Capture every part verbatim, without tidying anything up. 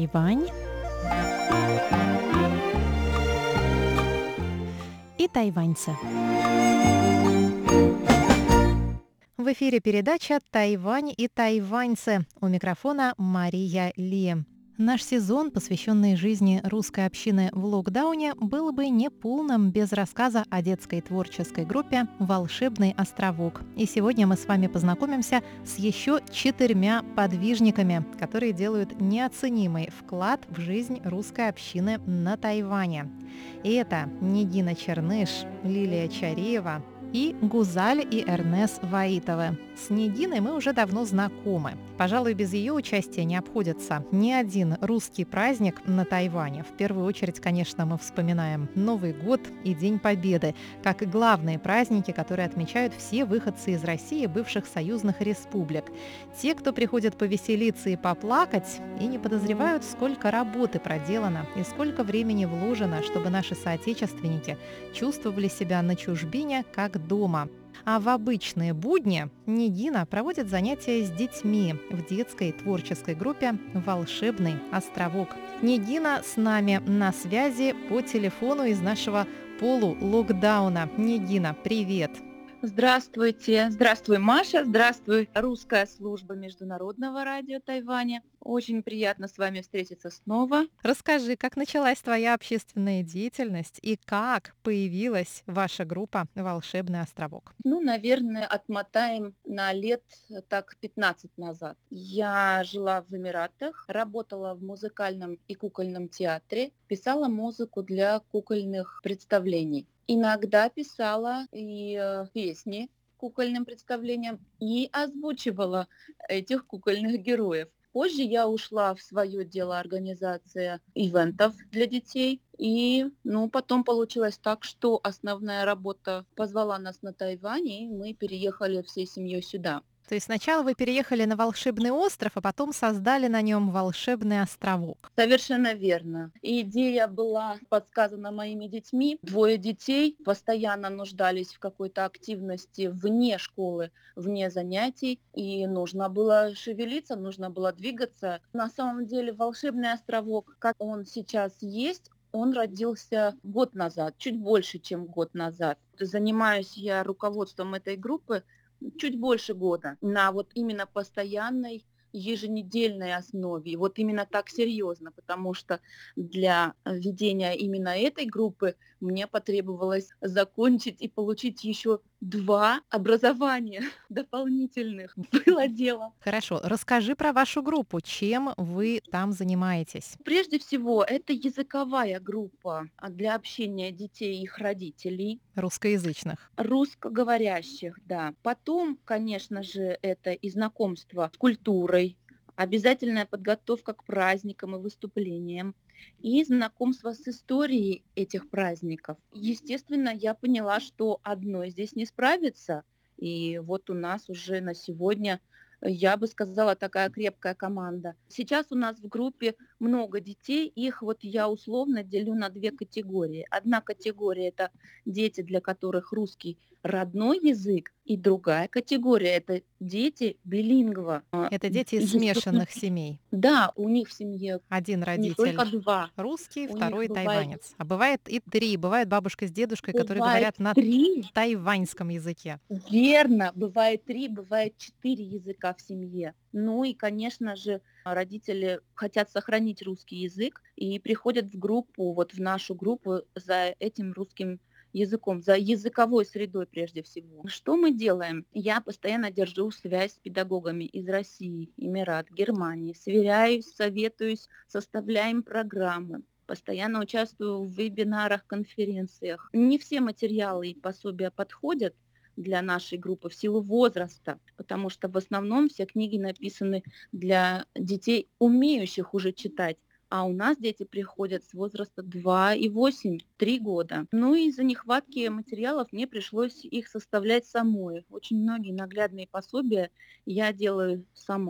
Тайвань и тайваньцы. В эфире передача «Тайвань и тайваньцы». У микрофона Мария Ли. Наш сезон, посвященный жизни русской общины в локдауне, был бы неполным без рассказа о детской творческой группе «Волшебный островок». И сегодня мы с вами познакомимся с еще четырьмя подвижниками, которые делают неоценимый вклад в жизнь русской общины на Тайване. И это Нигина Черныш, Лилия Чареева и Гузаль и Эрнес Ваитовы. С Нигиной мы уже давно знакомы. Пожалуй, без ее участия не обходится ни один русский праздник на Тайване. В первую очередь, конечно, мы вспоминаем Новый год и День Победы, как главные праздники, которые отмечают все выходцы из России и бывших союзных республик. Те, кто приходит повеселиться и поплакать, и не подозревают, сколько работы проделано и сколько времени вложено, чтобы наши соотечественники чувствовали себя на чужбине как дома. А в обычные будни Нигина проводит занятия с детьми в детской творческой группе «Волшебный островок». Нигина с нами на связи по телефону из нашего полулокдауна. Нигина, привет! Здравствуйте. Здравствуй, Маша. Здравствуй, русская служба Международного радио Тайваня. Очень приятно с вами встретиться снова. Расскажи, как началась твоя общественная деятельность и как появилась ваша группа «Волшебный островок»? Ну, наверное, отмотаем на лет так пятнадцать назад. Я жила в Эмиратах, работала в музыкальном и кукольном театре, писала музыку для кукольных представлений. Иногда писала и э, песни кукольным представлениям и озвучивала этих кукольных героев. Позже я ушла в свое дело организация ивентов для детей. И ну, потом получилось так, что основная работа позвала нас на Тайвань, и мы переехали всей семьей сюда. То есть сначала вы переехали на волшебный остров, а потом создали на нем волшебный островок. Совершенно верно. И идея была подсказана моими детьми. Двое детей постоянно нуждались в какой-то активности вне школы, вне занятий. И нужно было шевелиться, нужно было двигаться. На самом деле волшебный островок, как он сейчас есть, он родился год назад, чуть больше, чем год назад. Занимаюсь я руководством этой группы чуть больше года на вот именно постоянной еженедельной основе. Вот именно так серьезно, потому что для ведения именно этой группы мне потребовалось закончить и получить еще два образования дополнительных. Было дело. Хорошо, расскажи про вашу группу, чем вы там занимаетесь? Прежде всего, это языковая группа для общения детей и их родителей. Русскоязычных. Русскоговорящих, да. Потом, конечно же, это и знакомство с культурой, обязательная подготовка к праздникам и выступлениям, и знакомство с историей этих праздников. Естественно, я поняла, что одной здесь не справится, и вот у нас уже на сегодня, я бы сказала, такая крепкая команда. Сейчас у нас в группе много детей, их вот я условно делю на две категории. Одна категория – это дети, для которых русский родной язык, и другая категория – это дети билингва. Это дети из смешанных семей. Да, у них в семье один не родитель только два. русский, У второй них бывает, тайванец. А бывает и три. Бывает бабушка с дедушкой, которые бывает говорят на три. тайваньском языке. Верно, бывает три, бывает четыре языка в семье. Ну и, конечно же, родители хотят сохранить русский язык и приходят в группу, вот в нашу группу за этим русским языком, за языковой средой прежде всего. Что мы делаем? Я постоянно держу связь с педагогами из России, Эмират, Германии, сверяюсь, советуюсь, составляем программы. Постоянно участвую в вебинарах, конференциях. Не все материалы и пособия подходят для нашей группы в силу возраста, потому что в основном все книги написаны для детей, умеющих уже читать. А у нас дети приходят с возраста два и восемь, три года. Ну и из-за нехватки материалов мне пришлось их составлять самой. Очень многие наглядные пособия я делаю сама.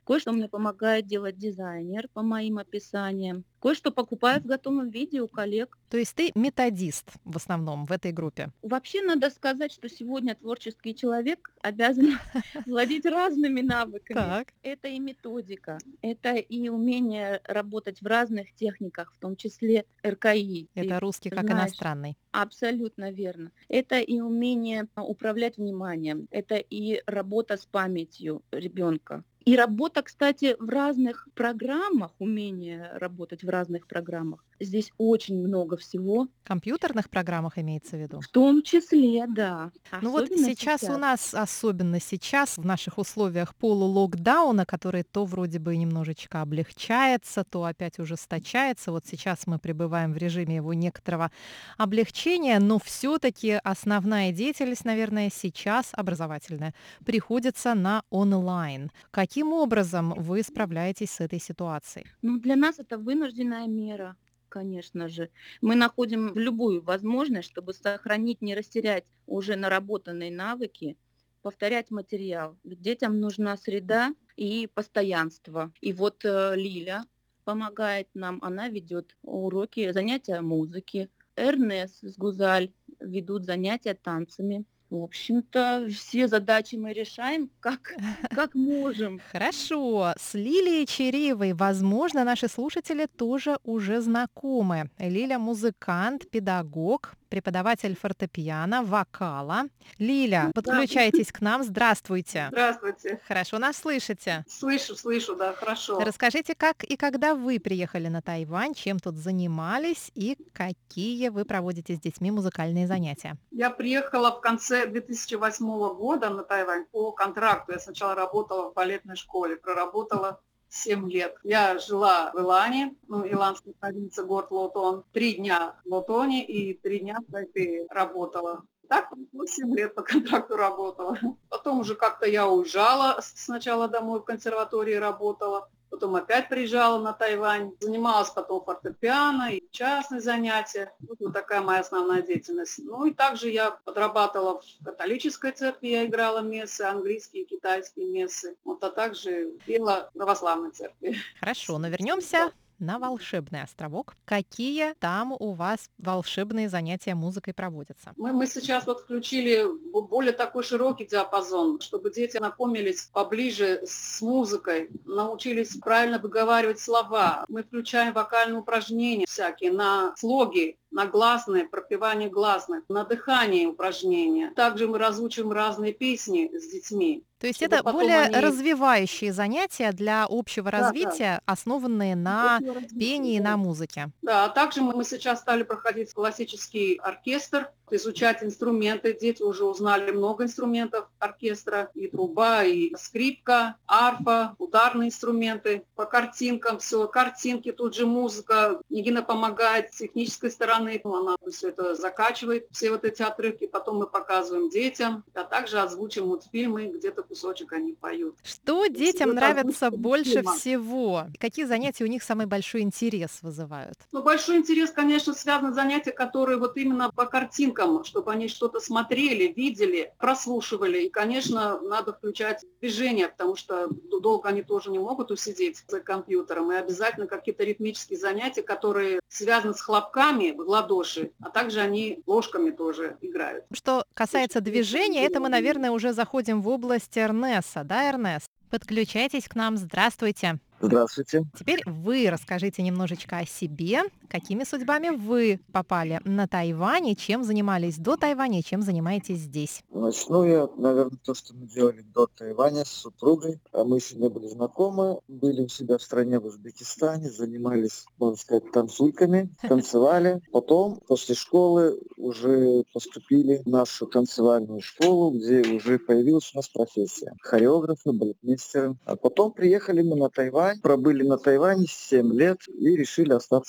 Кое-что мне помогает делать дизайнер по моим описаниям. Кое-что покупаю в готовом виде у коллег. То есть ты методист в основном в этой группе? Вообще надо сказать, что сегодня творческий человек обязан владеть разными навыками. Так. Это и методика, это и умение работать в разных техниках, в том числе эр ка и. Это Ты русский как знаешь, иностранный. абсолютно верно. Это и умение а, управлять вниманием, это и работа с памятью ребенка. И работа, кстати, в разных программах, умение работать в разных программах. Здесь очень много всего. В компьютерных программах имеется в виду? В том числе, да. Ну вот Особенно сейчас у сейчас. нас, особенно сейчас, в наших условиях полулокдауна, который то вроде бы немножечко облегчается, то опять ужесточается. Вот сейчас мы пребываем в режиме его некоторого облегчения, но все-таки основная деятельность, наверное, сейчас образовательная, приходится на онлайн. Каким образом вы справляетесь с этой ситуацией? Ну, для нас это вынужденная мера, конечно же. Мы находим любую возможность, чтобы сохранить, не растерять уже наработанные навыки, повторять материал. Ведь детям нужна среда и постоянство. И вот э, Лиля помогает нам, она ведет уроки, занятия музыки. Эрнес с Гузаль ведут занятия танцами. В общем-то, все задачи мы решаем как, как можем. Хорошо. С Лилией Череевой, возможно, наши слушатели тоже уже знакомы. Лиля– музыкант, педагог, преподаватель фортепиано, вокала. Лиля, Да, подключайтесь к нам. Здравствуйте. здравствуйте. Хорошо нас слышите. Слышу, слышу, да, хорошо. Расскажите, как и когда вы приехали на Тайвань, чем тут занимались и какие вы проводите с детьми музыкальные занятия? Я приехала в конце две тысячи восьмого года на Тайвань по контракту. Я сначала работала в балетной школе, проработала семь лет. Я жила в Илане, ну, иланская провинция, город Лотон. Три дня в Лотоне и три дня в Тайпее работала. Так, ну, семь лет по контракту работала. Потом уже как-то я уезжала сначала домой, в консерватории работала. Потом опять приезжала на Тайвань, занималась потом фортепиано и частные занятия. Вот, вот такая моя основная деятельность. Ну и также я подрабатывала в католической церкви, я играла мессы, английские и китайские мессы. Вот, а также пела в православной церкви. Хорошо, но вернемся на волшебный островок. Какие там у вас волшебные занятия музыкой проводятся? Мы, мы сейчас вот включили более такой широкий диапазон, чтобы дети знакомились поближе с музыкой, научились правильно выговаривать слова. Мы включаем вокальные упражнения всякие на слоги, на гласные, пропевание гласных, на дыхание упражнения. Также мы разучиваем разные песни с детьми. То есть это более они... развивающие занятия для общего да, развития, да. основанные на пении и на музыке. Да, а также мы сейчас стали проходить классический оркестр, изучать инструменты. Дети уже узнали много инструментов оркестра, и труба, и скрипка, арфа, ударные инструменты. По картинкам все, картинки, тут же музыка. Нигина помогает с технической стороны, она все это закачивает, все вот эти отрывки, потом мы показываем детям, а также озвучим мультфильмы, где-то кусочек они поют. Что детям нравится больше всего? Какие занятия у них самый большой интерес вызывают? Ну, большой интерес, конечно, связан с занятия, которые вот именно по картинкам, чтобы они что-то смотрели, видели, прослушивали. И, конечно, надо включать движение, потому что долго они тоже не могут усидеть за компьютером. И обязательно какие-то ритмические занятия, которые связаны с хлопками в ладоши, а также они ложками тоже играют. Что касается движения, это мы, наверное, уже заходим в область Эрнеса, да, Эрнес? Подключайтесь к нам, здравствуйте. Здравствуйте. Теперь вы расскажите немножечко о себе, какими судьбами вы попали на Тайвань, и чем занимались до Тайваня, и чем занимаетесь здесь. Начну я, наверное, то, что мы делали до Тайваня с супругой. Мы еще не были знакомы, были у себя в стране, в Узбекистане, занимались, можно сказать, танцульками, танцевали. Потом, после школы, уже поступили в нашу танцевальную школу, где уже появилась у нас профессия хореографа, балетмейстера. А потом приехали мы на Тайвань, пробыли на Тайване семь лет и решили остаться на Тайване.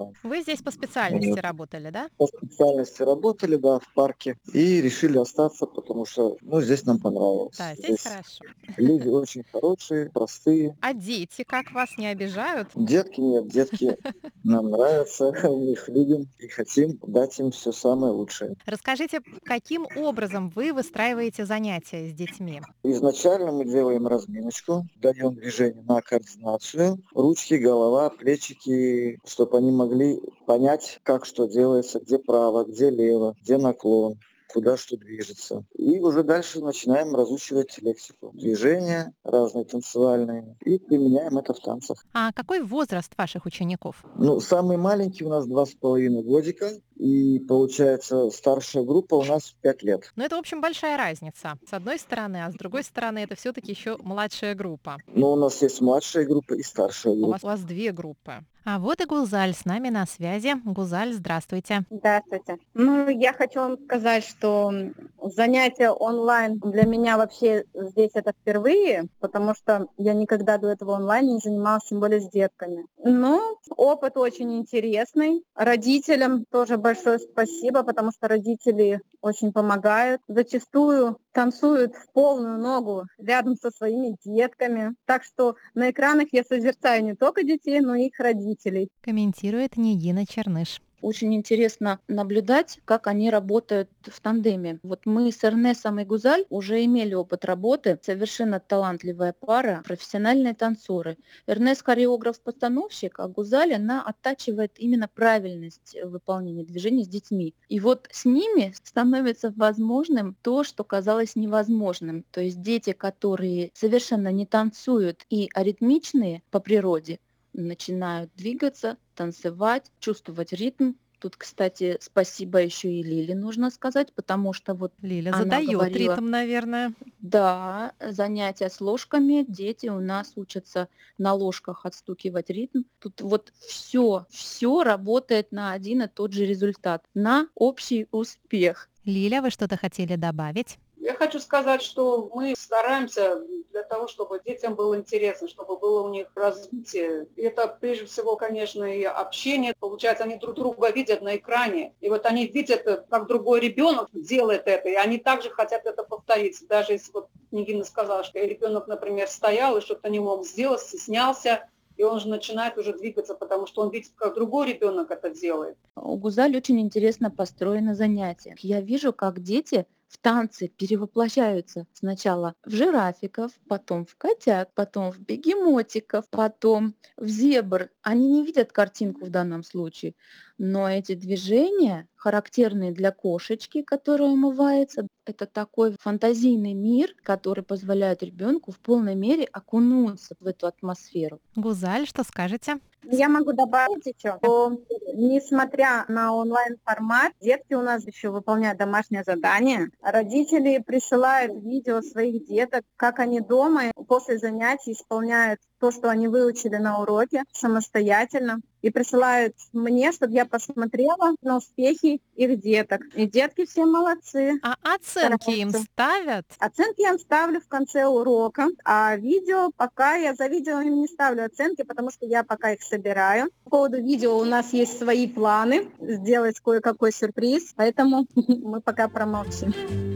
Тайвань. Вы здесь по специальности Вот. работали, да? По специальности работали, да, в парке, и решили остаться, потому что, ну, здесь нам понравилось. Да, здесь Здесь хорошо. люди очень хорошие, простые. А дети как вас не обижают? Детки нет, детки нам нравятся, мы их любим и хотим дать им все самое лучшее. Расскажите, каким образом вы выстраиваете занятия с детьми? Изначально мы делаем разминочку, даем движение на координацию, ручки, голова, плечики, чтобы они могли понять, как что делается, где право, где лево, где наклон, куда что движется. И уже дальше начинаем разучивать лексику. Движения разные танцевальные. И применяем это в танцах. А какой возраст ваших учеников? Ну, самый маленький у нас два с половиной годика. И получается, старшая группа у нас пять лет. Ну, это, в общем, большая разница. С одной стороны, а с другой стороны, это все-таки еще младшая группа. Но у нас есть младшая группа и старшая У группа. вас, у вас две группы. А вот и Гузаль с нами на связи. Гузаль, здравствуйте. Здравствуйте. Ну, я хочу вам сказать, что занятия онлайн для меня вообще здесь это впервые, потому что я никогда до этого онлайн не занималась, тем более с детками. Но опыт очень интересный. Родителям тоже большое спасибо, потому что родители очень помогают. Зачастую танцуют в полную ногу рядом со своими детками. Так что на экранах я созерцаю не только детей, но и их родителей. Комментирует Нигина Черныш. Очень интересно наблюдать, как они работают в тандеме. Вот мы с Эрнесом и Гузаль уже имели опыт работы. Совершенно талантливая пара, профессиональные танцоры. Эрнес хореограф-постановщик, а Гузаль, она оттачивает именно правильность выполнения движений с детьми. И вот с ними становится возможным то, что казалось невозможным. То есть дети, которые совершенно не танцуют и аритмичные по природе, начинают двигаться, танцевать, чувствовать ритм. Тут, кстати, спасибо еще и Лиле нужно сказать, потому что вот Лиля она задает говорила, ритм, наверное. да, занятия с ложками, дети у нас учатся на ложках отстукивать ритм. Тут вот все, все работает на один и тот же результат, на общий успех. Лиля, вы что-то хотели добавить? Я хочу сказать, что мы стараемся для того, чтобы детям было интересно, чтобы было у них развитие. И это прежде всего, конечно, и общение. Получается, они друг друга видят на экране. И вот они видят, как другой ребенок делает это, и они также хотят это повторить. Даже если вот Нигина сказала, что ребенок, например, стоял и что-то не мог сделать, стеснялся, и он же начинает уже двигаться, потому что он видит, как другой ребенок это делает. У Гузаль очень интересно построено занятие. Я вижу, как дети в танце перевоплощаются сначала в жирафиков, потом в котят, потом в бегемотиков, потом в зебр. Они не видят картинку в данном случае, но эти движения, характерные для кошечки, которая умывается, это такой фантазийный мир, который позволяет ребенку в полной мере окунуться в эту атмосферу. Гузаль, что скажете? Я могу добавить еще, что несмотря на онлайн-формат, детки у нас еще выполняют домашнее задание. Родители присылают видео своих деток, как они дома после занятий исполняют то, что они выучили на уроке самостоятельно, и присылают мне, чтобы я посмотрела на успехи их деток. И детки все молодцы. А оценки им Стараются. ставят? Оценки я им ставлю в конце урока, а видео пока я за видео им не ставлю оценки, потому что я пока их собираю. По поводу видео у нас есть свои планы сделать кое-какой сюрприз, поэтому мы пока промолчим.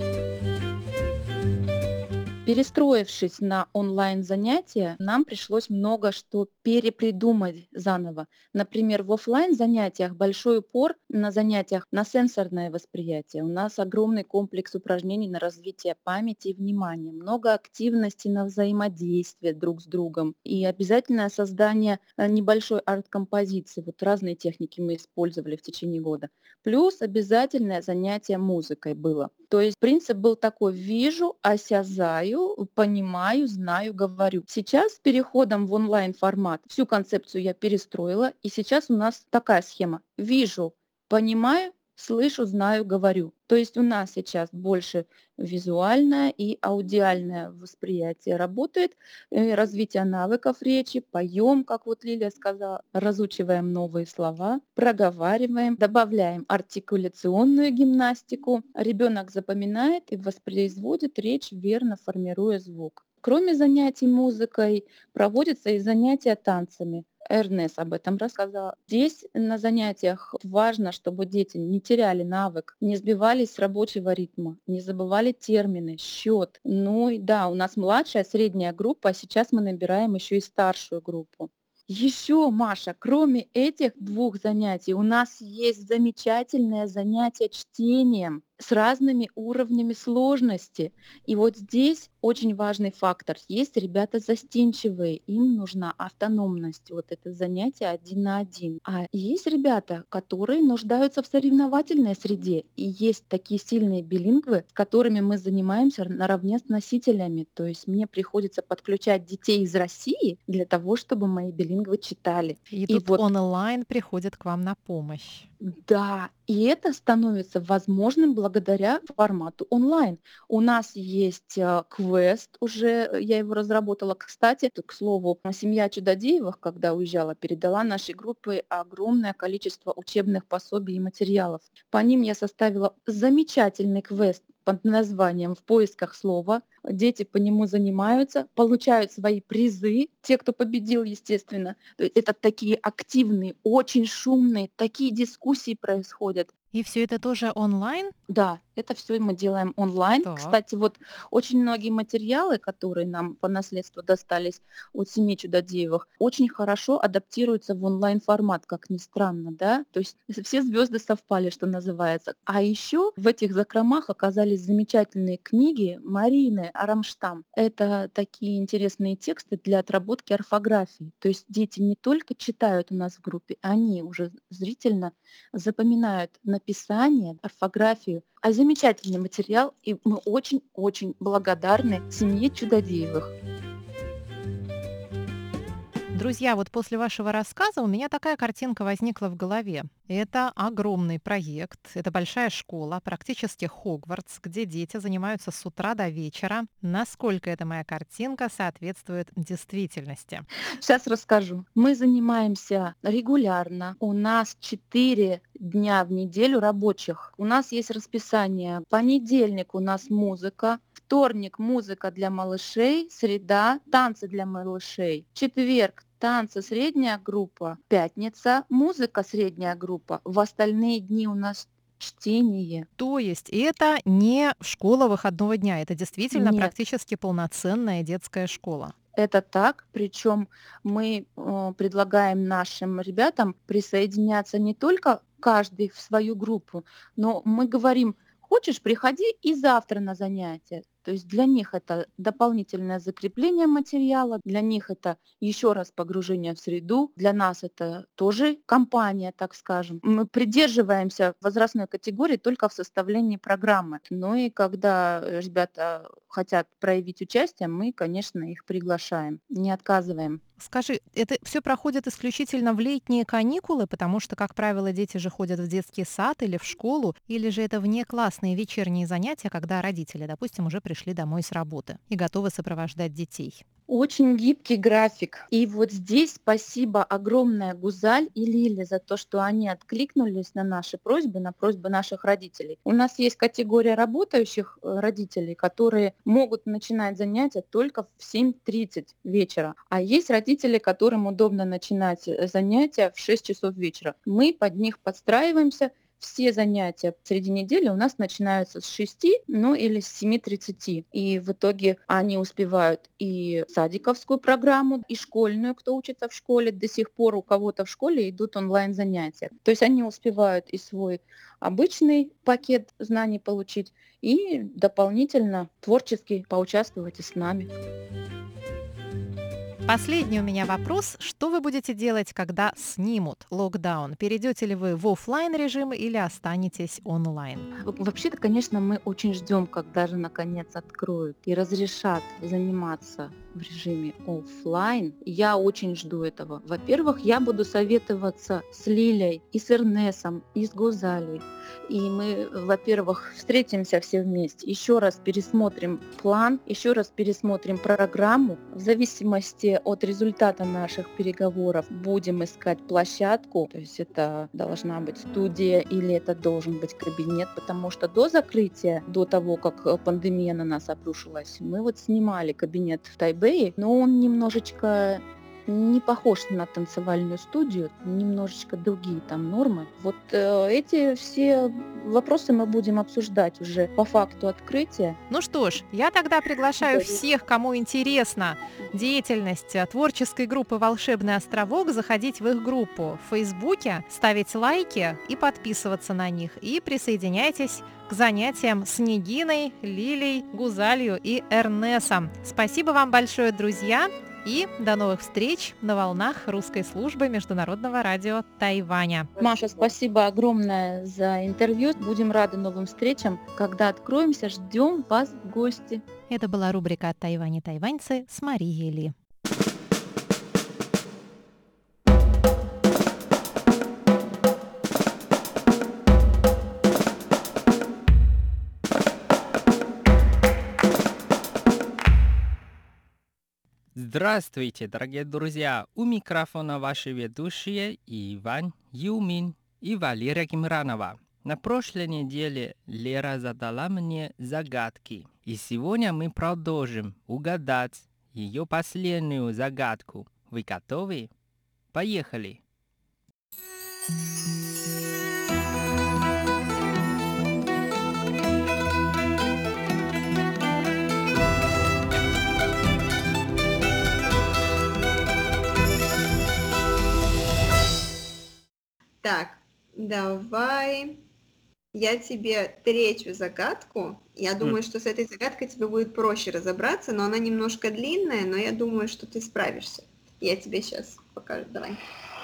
Перестроившись на онлайн-занятия, нам пришлось много что перепридумать заново. Например, в офлайн-занятиях большой упор на занятиях на сенсорное восприятие. У нас огромный комплекс упражнений на развитие памяти и внимания, много активности на взаимодействие друг с другом и обязательное создание небольшой арт-композиции. Вот разные техники мы использовали в течение года. Плюс обязательное занятие музыкой было. То есть принцип был такой: вижу, осязаю, понимаю, знаю, говорю. Сейчас с переходом в онлайн-формат всю концепцию я перестроила, и сейчас у нас такая схема: вижу, понимаю, слышу, знаю, говорю. То есть у нас сейчас больше визуальное и аудиальное восприятие работает, развитие навыков речи, поем, как вот Лилия сказала, разучиваем новые слова, проговариваем, добавляем артикуляционную гимнастику. Ребенок запоминает и воспроизводит речь, верно формируя звук. Кроме занятий музыкой, проводятся и занятия танцами. Эрнес об этом рассказала. Здесь на занятиях важно, чтобы дети не теряли навык, не сбивались с рабочего ритма, не забывали термины, счет. Ну и да, у нас младшая, средняя группа, а сейчас мы набираем еще и старшую группу. Еще, Маша, кроме этих двух занятий, у нас есть замечательное занятие чтением с разными уровнями сложности. И вот здесь очень важный фактор. Есть ребята застенчивые, им нужна автономность. Вот это занятие один на один. А есть ребята, которые нуждаются в соревновательной среде. И есть такие сильные билингвы, с которыми мы занимаемся наравне с носителями. То есть мне приходится подключать детей из России для того, чтобы мои билингвы читали. И, И тут вот онлайн приходит к вам на помощь. да, и это становится возможным благодаря формату онлайн. У нас есть э, квест, уже э, я его разработала. Кстати, к слову, семья Чудодеевых, когда уезжала, передала нашей группе огромное количество учебных пособий и материалов. По ним я составила замечательный квест под названием «В поисках слова». Дети по нему занимаются, получают свои призы, те, кто победил, естественно. То есть это такие активные, очень шумные, такие дискуссии происходят. И все это тоже онлайн? Да, это все мы делаем онлайн. Так. Кстати, вот очень многие материалы, которые нам по наследству достались от семьи Чудодеевых, очень хорошо адаптируются в онлайн-формат, как ни странно, да. То есть все звезды совпали, что называется. А еще в этих закромах оказались замечательные книги Марины Арамштам. Это такие интересные тексты для отработки орфографии. То есть дети не только читают у нас в группе, они уже зрительно запоминают написание, орфографию, а замечательный материал, и мы очень-очень благодарны семье Чудодеевых. Друзья, вот после вашего рассказа у меня такая картинка возникла в голове. Это огромный проект, это большая школа, практически Хогвартс, где дети занимаются с утра до вечера. Насколько эта моя картинка соответствует действительности? Сейчас расскажу. Мы занимаемся регулярно. У нас четыре дня в неделю рабочих. У нас есть расписание. Понедельник у нас музыка, вторник музыка для малышей, среда танцы для малышей, четверг танцы средняя группа, пятница музыка средняя группа. В остальные дни у нас чтение. То есть это не школа выходного дня, это действительно Нет. практически полноценная детская школа. Это так, причем мы э, предлагаем нашим ребятам присоединяться не только каждый в свою группу, но мы говорим, хочешь, приходи и завтра на занятия. То есть для них это дополнительное закрепление материала, для них это еще раз погружение в среду, для нас это тоже компания, так скажем. Мы придерживаемся возрастной категории только в составлении программы. Ну и когда ребята хотят проявить участие, мы, конечно, их приглашаем, не отказываем. Скажи, это все проходит исключительно в летние каникулы, потому что, как правило, дети же ходят в детский сад или в школу, или же это внеклассные вечерние занятия, когда родители, допустим, уже пришли домой с работы и готовы сопровождать детей? Очень гибкий график. И вот здесь спасибо огромное Гузаль и Лиле за то, что они откликнулись на наши просьбы, на просьбы наших родителей. У нас есть категория работающих э, родителей, которые могут начинать занятия только в семь тридцать вечера. А есть родители, которым удобно начинать э, занятия в шесть часов вечера. Мы под них подстраиваемся. Все занятия среди недели у нас начинаются с шести, ну или с семи тридцати. И в итоге они успевают и садиковскую программу, и школьную, кто учится в школе. До сих пор у кого-то в школе идут онлайн-занятия. То есть они успевают и свой обычный пакет знаний получить, и дополнительно творчески поучаствовать и с нами. Последний у меня вопрос. Что вы будете делать, когда снимут локдаун? Перейдете ли вы в офлайн режим или останетесь онлайн? Вообще-то, конечно, мы очень ждем, когда же наконец откроют и разрешат заниматься в режиме офлайн. Я очень жду этого. Во-первых, я буду советоваться с Лилей и с Эрнесом, и с Гузалей. И мы, во-первых, встретимся все вместе, еще раз пересмотрим план, еще раз пересмотрим программу. В зависимости от результата наших переговоров будем искать площадку, то есть это должна быть студия или это должен быть кабинет, потому что до закрытия, до того, как пандемия на нас обрушилась, мы вот снимали кабинет в Тайбэе, но он немножечко не похож на танцевальную студию, немножечко другие там нормы. Вот э, эти все вопросы мы будем обсуждать уже по факту открытия. Ну что ж, я тогда приглашаю всех, кому интересна деятельность творческой группы «Волшебный островок», заходить в их группу в Фейсбуке, ставить лайки и подписываться на них. И присоединяйтесь к занятиям с Нигиной, Лилей, Гузалью и Эрнесом. Спасибо вам большое, друзья, и до новых встреч на волнах русской службы Международного радио Тайваня. Маша, спасибо огромное за интервью. Будем рады новым встречам. Когда откроемся, ждем вас в гости. Это была рубрика «От Тайваня тайваньцы» с Марией Ли. Здравствуйте, дорогие друзья! У микрофона ваши ведущие Иван Юмин и Валерия Гимранова. На прошлой неделе Лера задала мне загадки, и сегодня мы продолжим угадать ее последнюю загадку. Вы готовы? Поехали! Так, давай я тебе третью загадку. Я думаю, что с этой загадкой тебе будет проще разобраться, но она немножко длинная, но я думаю, что ты справишься. Я тебе сейчас покажу. Давай.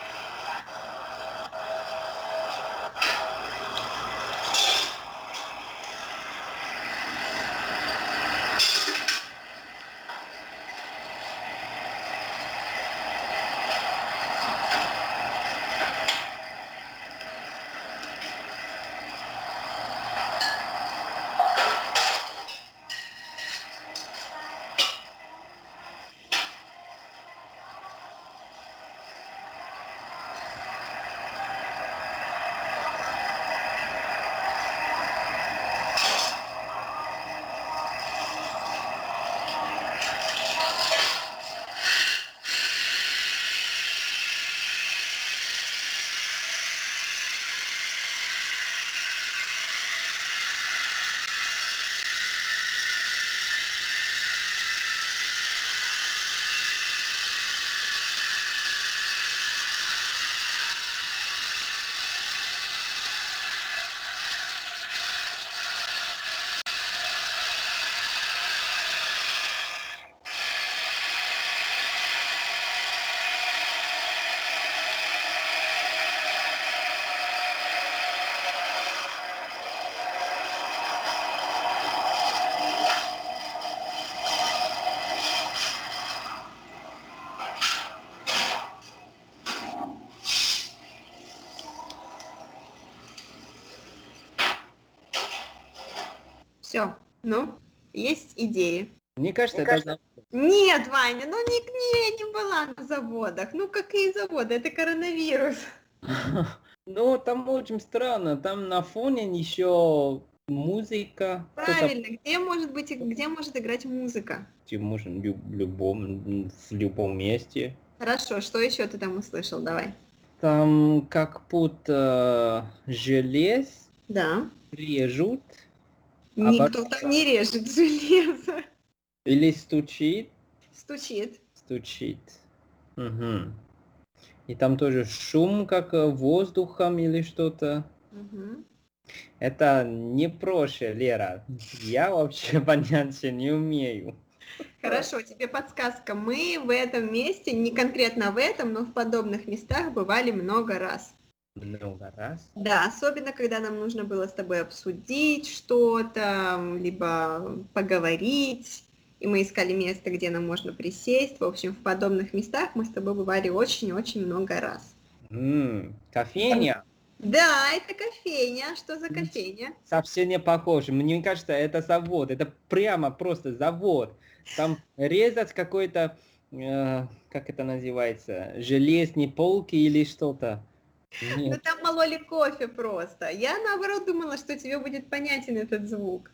Все, ну, есть идеи. Мне кажется, Мне это... кажется... Нет, Ваня, ну не, не, не была на заводах. Ну какие заводы? Это коронавирус. Ну, там очень странно. Там на фоне еще музыка. Правильно. Где может быть, где может играть музыка? Можно в любом, в любом месте. Хорошо, что еще ты там услышал? Давай. Там как будто желез Да. режут. Никто а там не режет железо. Или стучит. Стучит. Стучит. Угу. И там тоже шум, как воздухом или что-то. Угу. Это не проще, Лера. Я вообще понятия не умею. Хорошо, тебе подсказка. Мы в этом месте, не конкретно в этом, но в подобных местах бывали много раз. Много раз? Да, особенно когда нам нужно было с тобой обсудить что-то, либо поговорить, и мы искали место, где нам можно присесть. В общем, в подобных местах мы с тобой бывали очень-очень много раз. М-м, кофейня? Да, это кофейня. Что за кофейня? Совсем не похоже. Мне кажется, это завод. Это прямо просто завод. Там резать какой-то, э, как это называется, железные полки или что-то. Нет. Ну там мололи кофе просто. Я наоборот думала, что тебе будет понятен этот звук.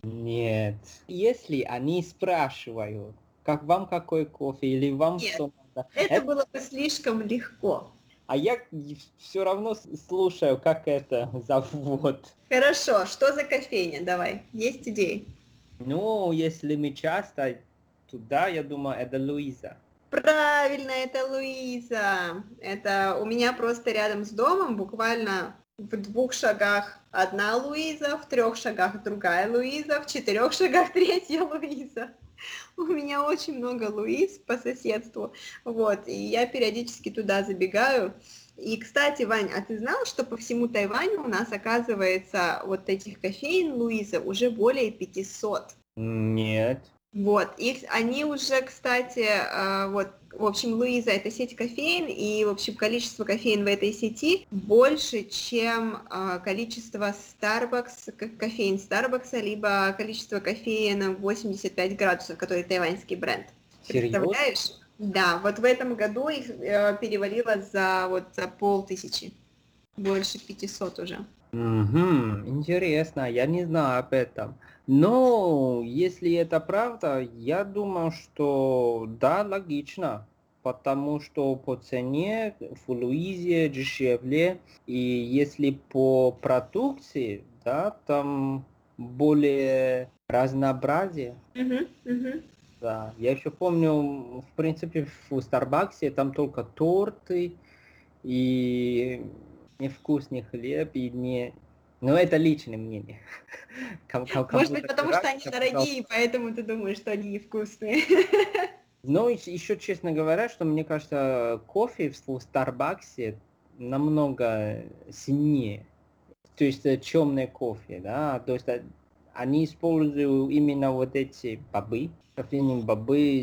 Нет. Если они спрашивают, как вам какой кофе или вам Нет. что Это было бы слишком легко. А я все равно с- слушаю, как это зовут. Хорошо, что за кофейня? Давай, есть идеи? Ну, если мы часто туда, я думаю, это Луиза. Правильно, это Луиза. Это у меня просто рядом с домом, буквально в двух шагах одна Луиза, в трех шагах другая Луиза, в четырех шагах третья Луиза. У меня очень много Луиз по соседству, вот, и я периодически туда забегаю. И, кстати, Вань, а ты знал, что по всему Тайваню у нас, оказывается, вот этих кофеин Луиза уже более пятисот? Нет. Вот, их, они уже, кстати, э, вот, в общем, Луиза — это сеть кофеин, и, в общем, количество кофеин в этой сети больше, чем э, количество Starbucks, ко- кофеин Старбакса, либо количество кофеина восемьдесят пять градусов, который тайваньский бренд. Серьезно? Представляешь? Да, вот в этом году их э, перевалило за, вот, за полтысячи, больше пятисот уже. Мгм, интересно, я не знаю об этом. Но если это правда, я думаю, что да, логично, потому что по цене в Луизе дешевле, и если по продукции, да, там более разнообразие. Мгм, мгм. Да, я еще помню, в принципе, в Старбаксе там только торты и невкусный хлеб, и не... Но это личное мнение. Ком- ком- Может быть, Кому-то потому что они нравится, дорогие, пожалуйста. поэтому ты думаешь, что они невкусные. Но еще, честно говоря, что мне кажется, кофе в в Старбаксе намного сильнее. То есть темный кофе, да, то есть э, они используют именно вот эти бобы, кофейные бобы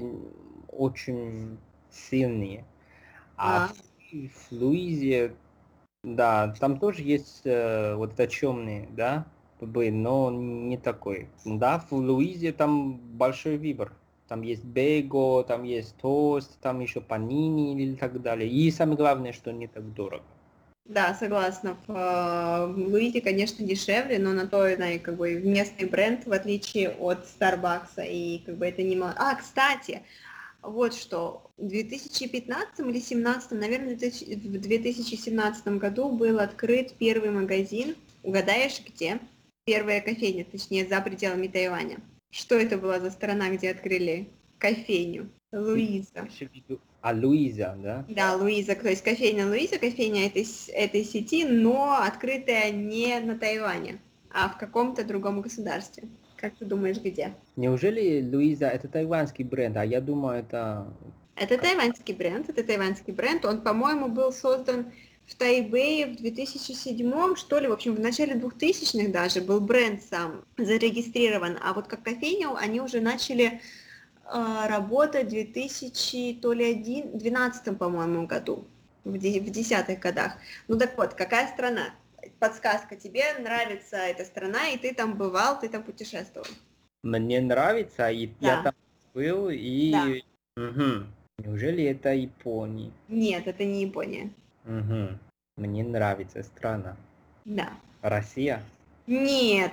очень сильные. А А, в, в Луизе, да, там тоже есть э, вот это темные, да, бобы, но не такой. Да, в Луизе там большой выбор. Там есть бего, там есть тост, там еще панини и так далее. И самое главное, что не так дорого. да, согласна. В, э, в Луизе, конечно, дешевле, но на то, знаете, как бы местный бренд, в отличие от Старбакса, и как бы это не мало. А, кстати, вот что, в две тысячи пятнадцатом или семнадцатом, наверное, в две тысячи семнадцатом году был открыт первый магазин, угадаешь, где? Первая кофейня, точнее, за пределами Тайваня. Что это была за страна, где открыли кофейню? Луиза. А Луиза, да? Да, Луиза, то есть кофейня Луиза, кофейня этой, с- этой сети, но открытая не на Тайване, а в каком-то другом государстве. Как ты думаешь, где? Неужели Луиза это тайванский бренд? А я думаю, это... Это тайваньский бренд, это тайваньский бренд. Он, по-моему, был создан в Тайбэе в две тысячи седьмом, что ли, в общем, в начале двухтысячных даже был бренд сам зарегистрирован, а вот как кофейню они уже начали э, работать в две тысячи то ли один- двенадцатом, по-моему, году, в де- в десятых годах. Ну так вот, какая страна? Подсказка, тебе нравится эта страна, и ты там бывал, ты там путешествовал. Мне нравится, и я Да, там был, да. и... Мгм. Неужели это Япония? Нет, это не Япония. Мгм. Мне нравится страна. Да. Россия? Нет,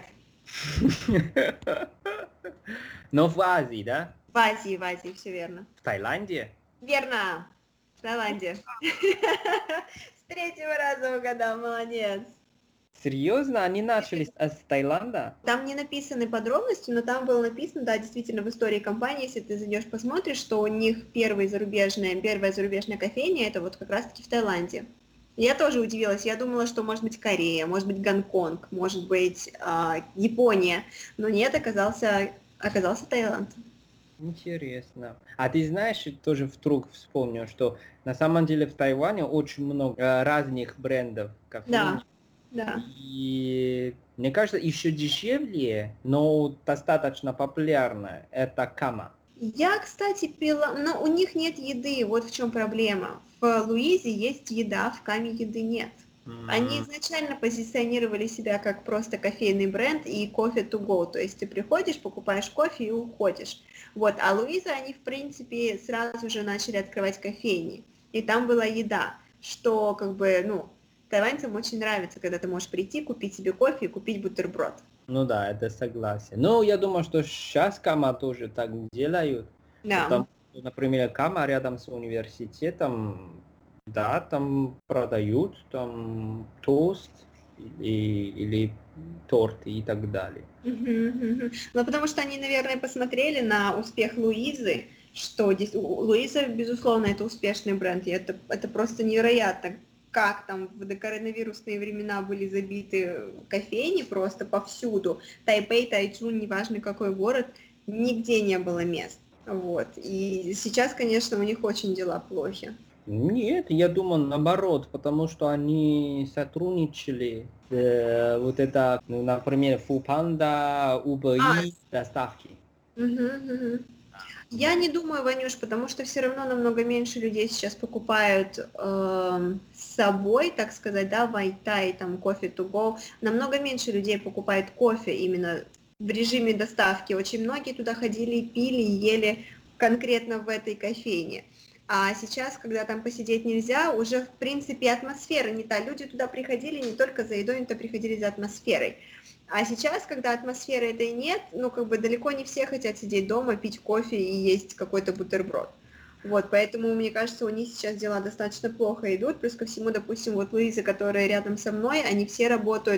Но в Азии, да? в Азии, в Азии, все верно. В Таиланде? Верно, Таиланде. С третьего раза угадал, молодец. Серьезно? Они начали с, с Таиланда? Там не написаны подробности, но там было написано, да, действительно, в истории компании, если ты зайдешь посмотришь, что у них первая зарубежная, первая зарубежная кофейня, это вот как раз-таки в Таиланде. Я тоже удивилась, я думала, что может быть Корея, может быть Гонконг, может быть а, Япония, но нет, оказался, оказался Таиланд. Интересно. А ты знаешь, тоже вдруг вспомнил, что на самом деле в Тайване очень много э, разных брендов кофеин. Да, да. И мне кажется, еще дешевле, но достаточно популярное, это Кама. Я, кстати, пила, но у них нет еды, вот в чем проблема. В Луизе есть еда, в Каме еды нет. Они М, изначально позиционировали себя как просто кофейный бренд и кофе to go, то есть ты приходишь, покупаешь кофе и уходишь. Вот, а Луиза, они, в принципе, сразу же начали открывать кофейни, и там была еда, что, как бы, ну, тайваньцам очень нравится, когда ты можешь прийти, купить себе кофе и купить бутерброд. Ну да, это согласен. Но я думаю, что сейчас Кама тоже так делают, Да, потому например, Кама рядом с университетом, да, там продают там тост или, или торт и так далее. Мгм, мгм. Ну, потому что они, наверное, посмотрели на успех Луизы, что здесь у- Луиза, безусловно, это успешный бренд, и это, это просто невероятно, как там в докоронавирусные времена были забиты кофейни просто повсюду. Тайпэй, Тайчжун, неважно какой город, нигде не было мест. Вот. И сейчас, конечно, у них очень дела плохи. Нет, я думаю наоборот, потому что они сотрудничали. Э, вот это, ну, например, Foodpanda, Uber А, Eats, доставки. мгм, мгм. Я не думаю, Ванюш, потому что все равно намного меньше людей сейчас покупают эм, с собой, так сказать, да, Вайтай, там, кофе to go. Намного меньше людей покупает кофе именно в режиме доставки. Очень многие туда ходили, пили, ели конкретно в этой кофейне. А сейчас, когда там посидеть нельзя, уже, в принципе, атмосфера не та. Люди туда приходили не только за едой, они туда приходили за атмосферой. А сейчас, когда атмосферы этой нет, ну, как бы далеко не все хотят сидеть дома, пить кофе и есть какой-то бутерброд. Вот, поэтому, мне кажется, у них сейчас дела достаточно плохо идут. Плюс ко всему, допустим, вот Луиза, которая рядом со мной, они все работают,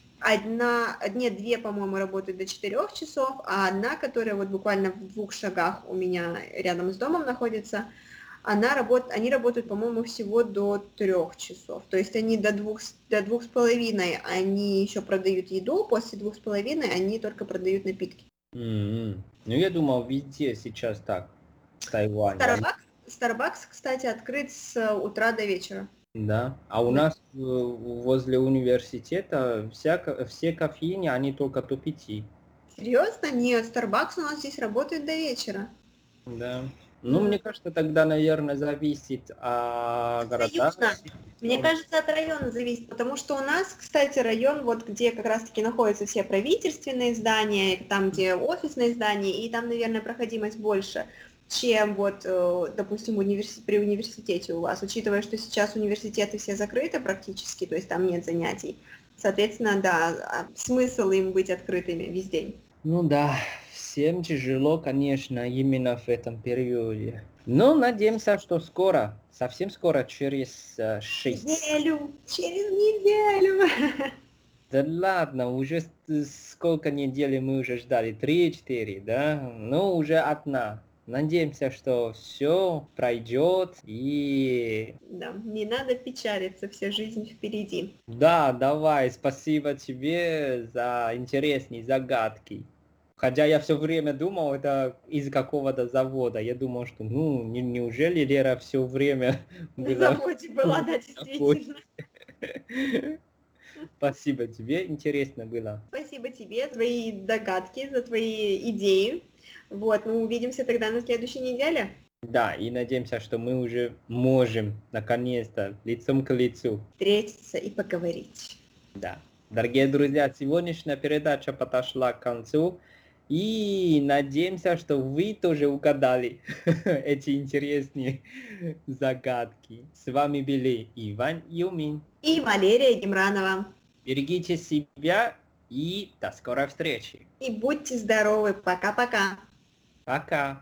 одна, нет, две, по-моему, работают до четырех часов, а одна, которая вот буквально в двух шагах у меня рядом с домом находится, она работ... они работают, по-моему, всего до трех часов. То есть они до двух, до двух с половиной они еще продают еду, после двух с половиной они только продают напитки. М-м. Ну, я думал, везде сейчас так, в Тайване. Starbucks, Starbucks, кстати, открыт с утра до вечера. Да. А у Да. нас э, возле университета вся, ко- все кофейни, они только до пяти. Серьезно? Нет, Starbucks у нас здесь работает до вечера. Да. Ну, Мгм. мне кажется, тогда, наверное, зависит от города. Района. Мне кажется, от района зависит, потому что у нас, кстати, район, вот где как раз-таки находятся все правительственные здания, там, где офисные здания, и там, наверное, проходимость больше, чем вот, э, допустим, универси- при университете у вас, учитывая, что сейчас университеты все закрыты практически, то есть там нет занятий. Соответственно, да, а смысл им быть открытыми весь день. Ну да, всем тяжело, конечно, именно в этом периоде. Но надеемся, что скоро, совсем скоро, через э, шесть. Неделю, через неделю. Да ладно, уже с- сколько недель мы уже ждали? Три-четыре, да? Ну, уже одна. Надеемся, что все пройдет и... Да, не надо печалиться, вся жизнь впереди. Да, давай, спасибо тебе за интересные загадки. Хотя я все время думал, это из какого-то завода. Я думал, что, ну, не- неужели Лера все время На была... заводе была, да, действительно. Спасибо тебе, интересно было. Спасибо тебе за твои догадки, за твои идеи. Вот, мы увидимся тогда на следующей неделе. Да, и надеемся, что мы уже можем, наконец-то, лицом к лицу. Встретиться и поговорить. Да. Дорогие друзья, сегодняшняя передача подошла к концу. И надеемся, что вы тоже угадали эти интересные загадки. С вами были Иван Юмин. И Валерия Гемранова. Берегите себя и до скорой встречи. И будьте здоровы. Пока-пока. Пока.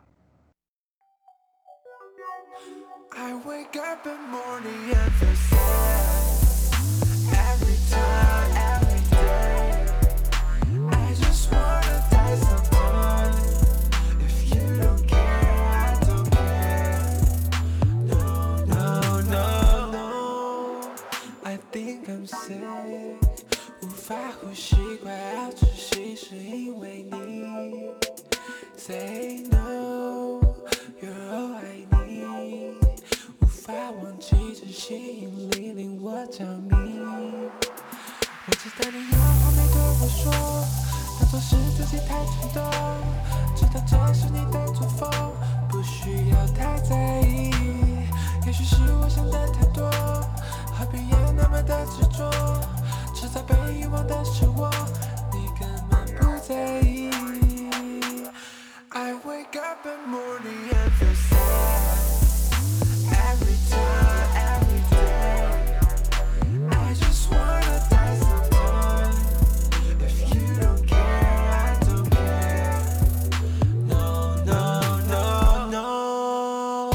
I wake up in the morning and feel sad every time, every day. I just wanna die sometime. If you don't care, I don't care. No, no, no, no. I think I'm sick. 无法呼吸，快要窒息，是因为你。Say no, you're all I need. 无法忘记这吸引力令我着迷。我知道你有话没对我说，当作是自己太冲动，知道这是你的作风，不需要太在意。也许是我想的太多，何必要那么的执着？迟早被遗忘的是我，你根本不在意。I wake up in the morning and feel sad every time, every day. I just wanna die sometime. If you don't care, I don't care. No, no, no, no.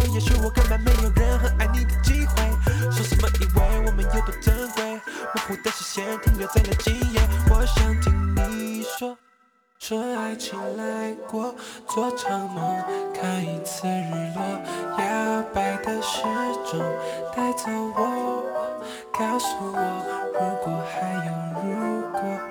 也许我根本没有任何爱你的机会。说什么以为我们有多珍贵，模糊的视线停留在了今夜。我想听你说，说爱情来过，做场梦，看一次日落，摇摆的时钟带走我，告诉我，如果还有如果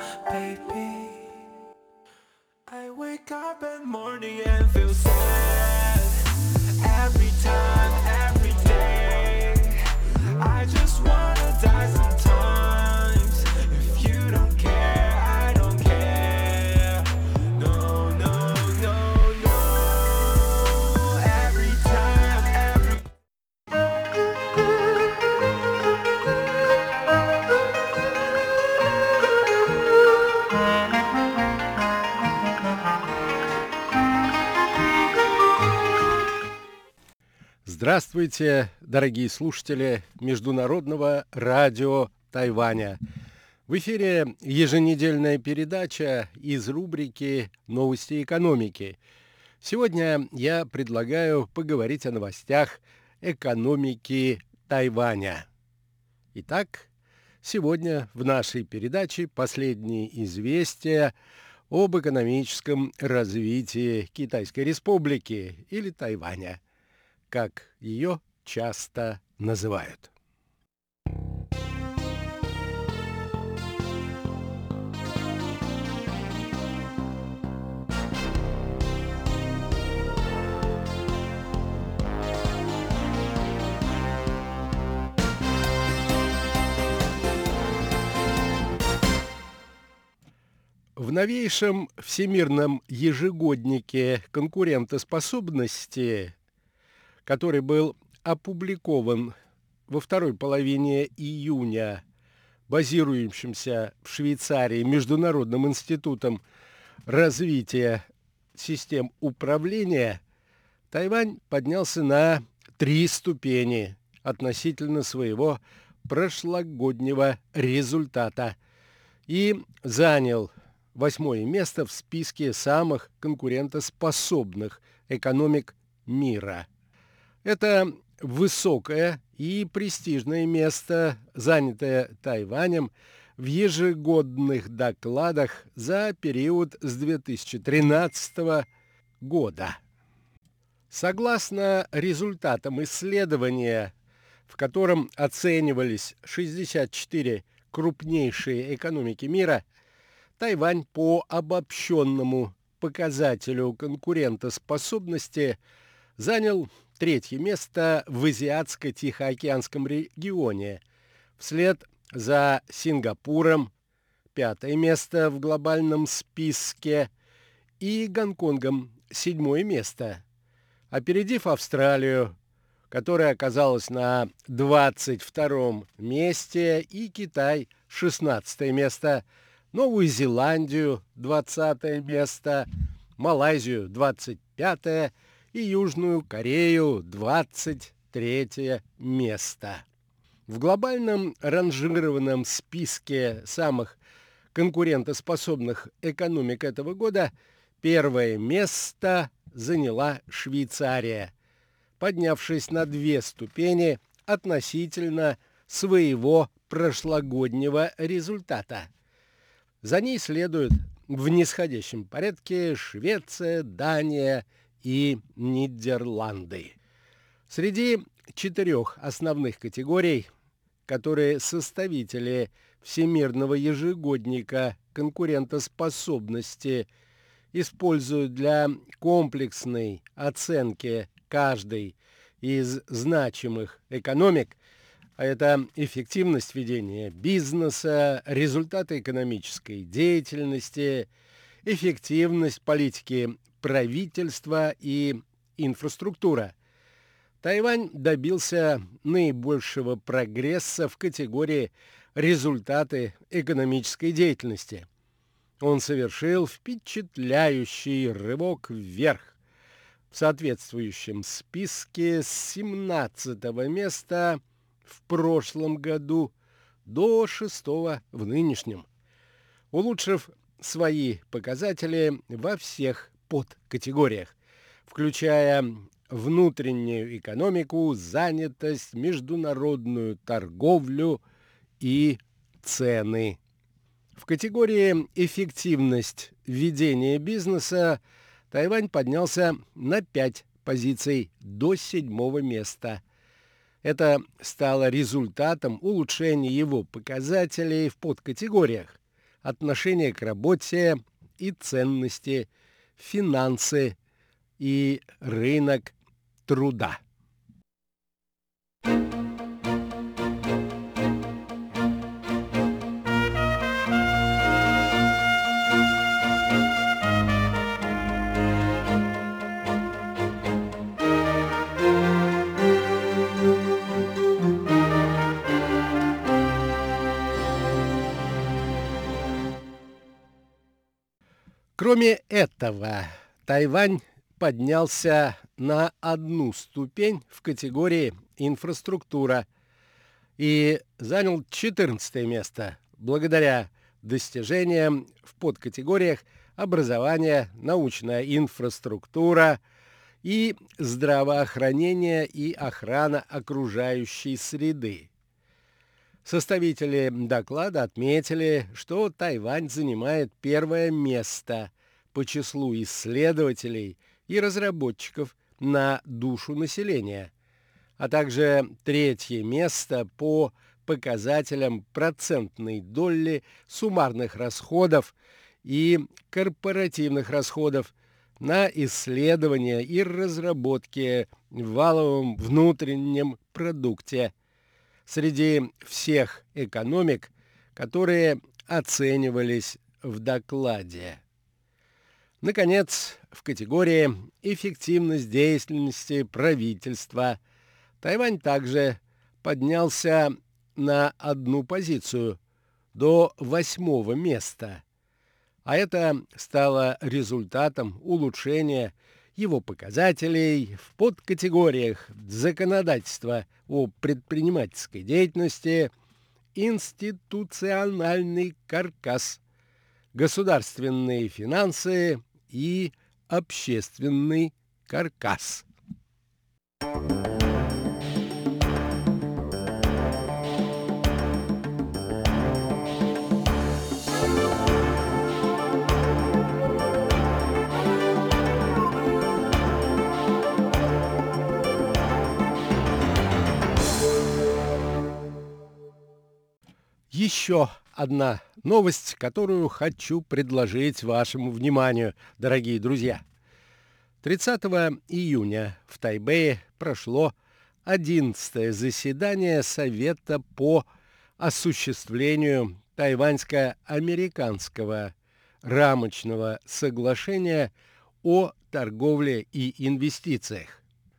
，baby。I wake up in the morning and feel sad every time, every day. I just wanna die sometimes. If you don't care, I don't care. No, no, no, no. Every time, every Здравствуйте, дорогие слушатели Международного радио Тайваня. В эфире еженедельная передача из рубрики «Новости экономики». Сегодня я предлагаю поговорить о новостях экономики Тайваня. Итак, сегодня в нашей передаче последние известия об экономическом развитии Китайской Республики или Тайваня, как ее часто называют. В новейшем всемирном ежегоднике конкурентоспособности, который был опубликован во второй половине июня, базирующимся в Швейцарии Международным институтом развития систем управления, Тайвань поднялся на три ступени относительно своего прошлогоднего результата и занял восьмое место в списке самых конкурентоспособных экономик мира. Это высокое и престижное место, занятое Тайванем в ежегодных докладах за период с две тысячи тринадцатого года. Согласно результатам исследования, в котором оценивались шестьдесят четыре крупнейшие экономики мира, Тайвань по обобщенному показателю конкурентоспособности занял третье место в Азиатско-Тихоокеанском регионе, вслед за Сингапуром, пятое место в глобальном списке, и Гонконгом, седьмое место, опередив Австралию, которая оказалась на двадцать втором месте, и Китай, шестнадцатое место, Новую Зеландию, двадцатое место, Малайзию, двадцать пятое, и Южную Корею, двадцать третье место. В глобальном ранжированном списке самых конкурентоспособных экономик этого года первое место заняла Швейцария, поднявшись на две ступени относительно своего прошлогоднего результата. За ней следуют в нисходящем порядке Швеция, Дания и Нидерланды. Среди четырех основных категорий, которые составители Всемирного ежегодника конкурентоспособности используют для комплексной оценки каждой из значимых экономик, а это эффективность ведения бизнеса, результаты экономической деятельности, эффективность политики правительства и инфраструктура. Тайвань добился наибольшего прогресса в категории «Результаты экономической деятельности». Он совершил впечатляющий рывок вверх. В соответствующем списке с семнадцатого места в прошлом году до шестого в нынешнем, улучшив свои показатели во всех подкатегориях, включая внутреннюю экономику, занятость, международную торговлю и цены. В категории «Эффективность ведения бизнеса» Тайвань поднялся на пять позиций до седьмого места. Это стало результатом улучшения его показателей в подкатегориях: отношение к работе и ценности, финансы и рынок труда. Кроме этого, Тайвань поднялся на одну ступень в категории «Инфраструктура» и занял четырнадцатое место благодаря достижениям в подкатегориях «Образование», «Научная инфраструктура» и «Здравоохранение и охрана окружающей среды». Составители доклада отметили, что Тайвань занимает первое место по числу исследователей и разработчиков на душу населения, а также третье место по показателям процентной доли суммарных расходов и корпоративных расходов на исследования и разработки в валовом внутреннем продукте среди всех экономик, которые оценивались в докладе. Наконец, в категории «Эффективность деятельности правительства» Тайвань также поднялся на одну позицию до восьмого места, а это стало результатом улучшения его показателей в подкатегориях законодательства о предпринимательской деятельности, институциональный каркас, государственные финансы и общественный каркас. Еще одна новость, которую хочу предложить вашему вниманию, дорогие друзья. тридцатого июня в Тайбэе прошло одиннадцатое заседание Совета по осуществлению тайваньско-американского рамочного соглашения о торговле и инвестициях.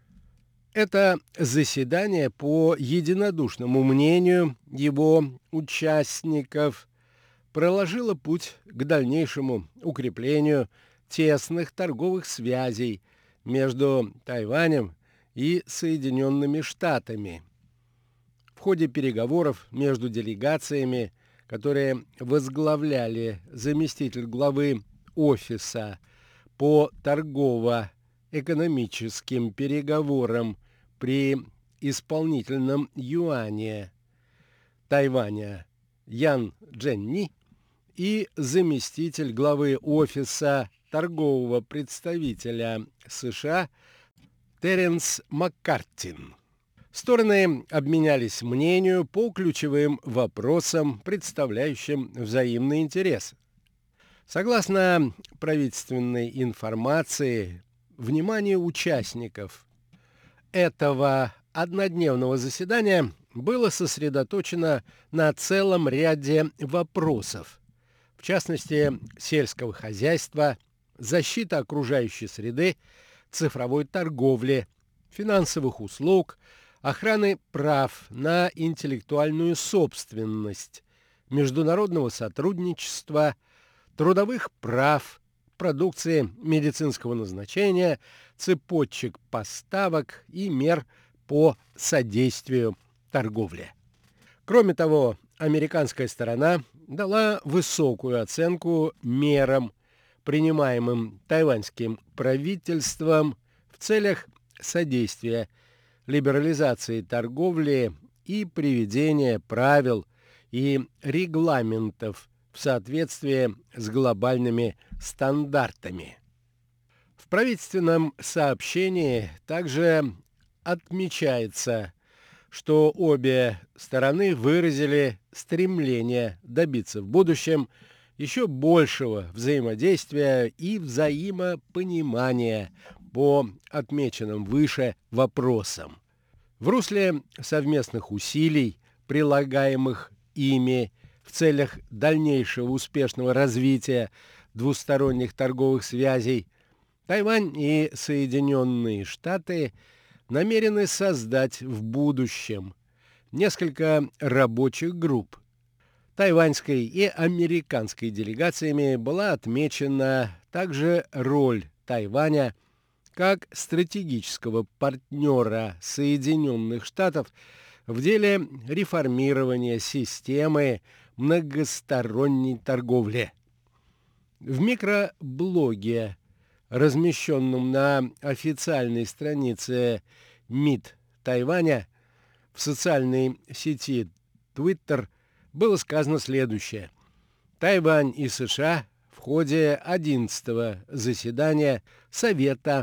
Это заседание, по единодушному мнению его участников, проложило путь к дальнейшему укреплению тесных торговых связей между Тайванем и Соединенными Штатами. В ходе переговоров между делегациями, которые возглавляли заместитель главы офиса по торгово-экономическим переговорам при исполнительном юане Тайваня Ян Дженни и заместитель главы офиса торгового представителя США Теренс Маккартин. Стороны обменялись мнением по ключевым вопросам, представляющим взаимный интерес. Согласно правительственной информации, внимание участников этого однодневного заседания было сосредоточено на целом ряде вопросов, в частности, сельского хозяйства, защиты окружающей среды, цифровой торговли, финансовых услуг, охраны прав на интеллектуальную собственность, международного сотрудничества, трудовых прав, продукции медицинского назначения, цепочек поставок и мер по содействию торговле. Кроме того, американская сторона дала высокую оценку мерам, принимаемым тайваньским правительством в целях содействия либерализации торговли и приведения правил и регламентов в соответствии с глобальными стандартами. В правительственном сообщении также отмечается, что обе стороны выразили стремление добиться в будущем еще большего взаимодействия и взаимопонимания по отмеченным выше вопросам. В русле совместных усилий, прилагаемых ими в целях дальнейшего успешного развития двусторонних торговых связей, Тайвань и Соединенные Штаты намерены создать в будущем несколько рабочих групп. Тайваньской и американской делегациями была отмечена также роль Тайваня как стратегического партнера Соединенных Штатов в деле реформирования системы многосторонней торговли. В микроблоге, размещенном на официальной странице МИД Тайваня в социальной сети Twitter, было сказано следующее. Тайвань и США в ходе одиннадцатого заседания Совета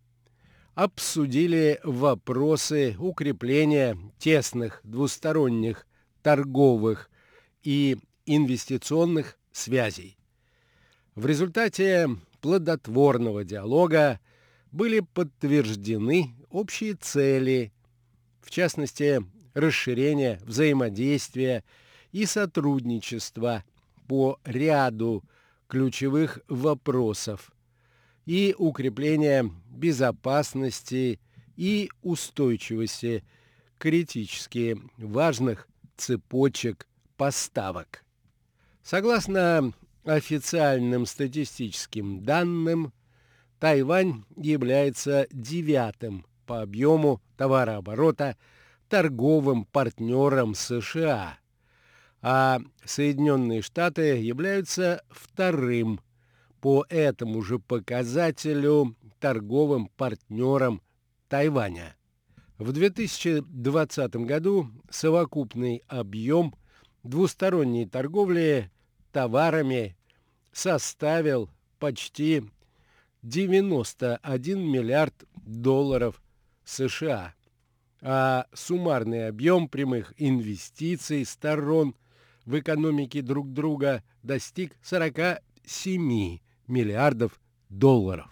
обсудили вопросы укрепления тесных двусторонних торговых и инвестиционных связей. В результате плодотворного диалога были подтверждены общие цели, в частности, расширение взаимодействия и сотрудничества по ряду ключевых вопросов и укрепление безопасности и устойчивости критически важных цепочек поставок. Согласно официальным статистическим данным, Тайвань является девятым по объему товарооборота торговым партнером США, а Соединенные Штаты являются вторым по этому же показателю торговым партнером Тайваня. В две тысячи двадцатом году совокупный объем двусторонней торговли товарами составил почти девяносто один миллиард долларов США, а суммарный объем прямых инвестиций сторон в экономике друг друга достиг сорок семь миллиардов долларов.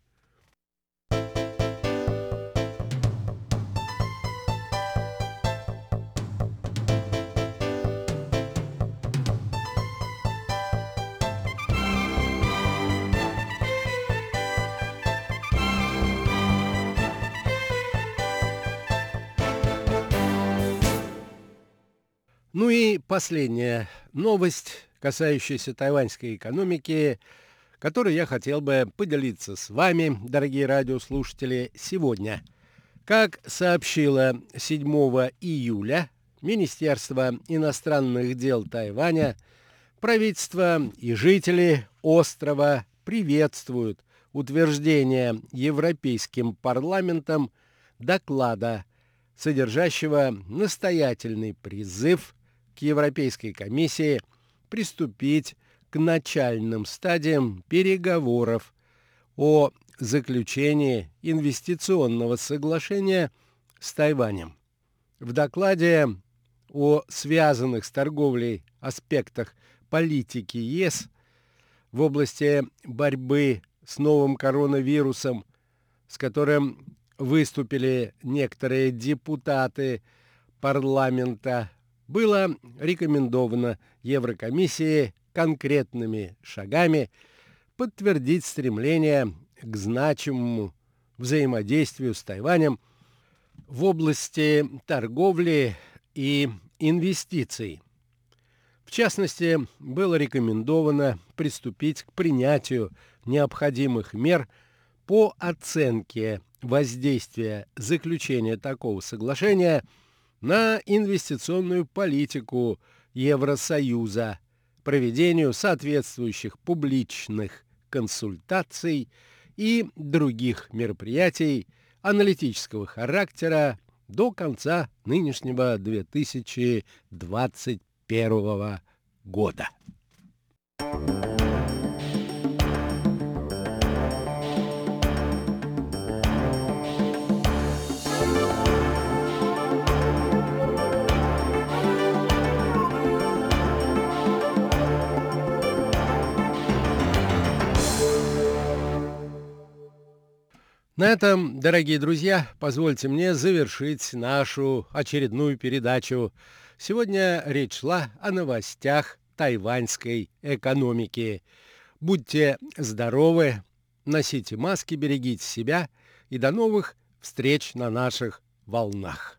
Ну и последняя новость, касающаяся тайваньской экономики, которой я хотел бы поделиться с вами, дорогие радиослушатели, сегодня. Как сообщило седьмого июля Министерство иностранных дел Тайваня, правительство и жители острова приветствуют утверждение Европейским парламентом доклада, содержащего настоятельный призыв к Европейской комиссии приступить к начальным стадиям переговоров о заключении инвестиционного соглашения с Тайванем. В докладе о связанных с торговлей аспектах политики ЕС в области борьбы с новым коронавирусом, с которым выступили некоторые депутаты парламента, было рекомендовано Еврокомиссии конкретными шагами подтвердить стремление к значимому взаимодействию с Тайванем в области торговли и инвестиций. В частности, было рекомендовано приступить к принятию необходимых мер по оценке воздействия заключения такого соглашения на инвестиционную политику Евросоюза, проведению соответствующих публичных консультаций и других мероприятий, аналитического характера до конца нынешнего две тысячи двадцать первого года. На этом, дорогие друзья, позвольте мне завершить нашу очередную передачу. Сегодня речь шла о новостях тайваньской экономики. Будьте здоровы, носите маски, берегите себя и до новых встреч на наших волнах.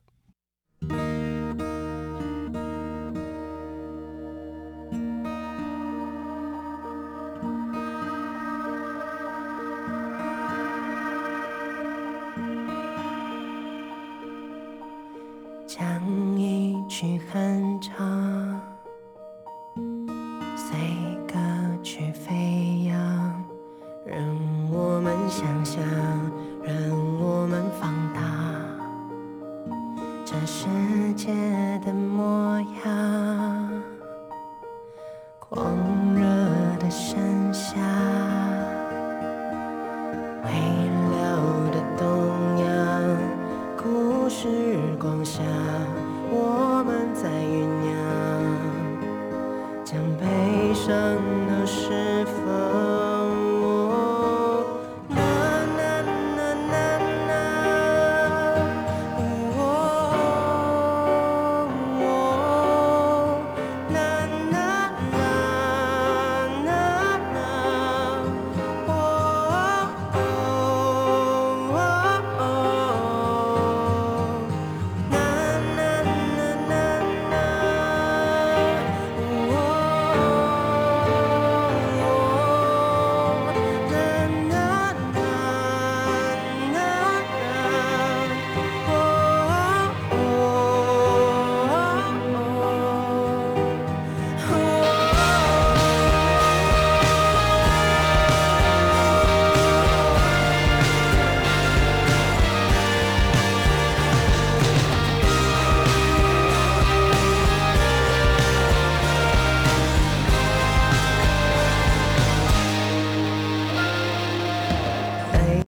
我们在酝酿，将悲伤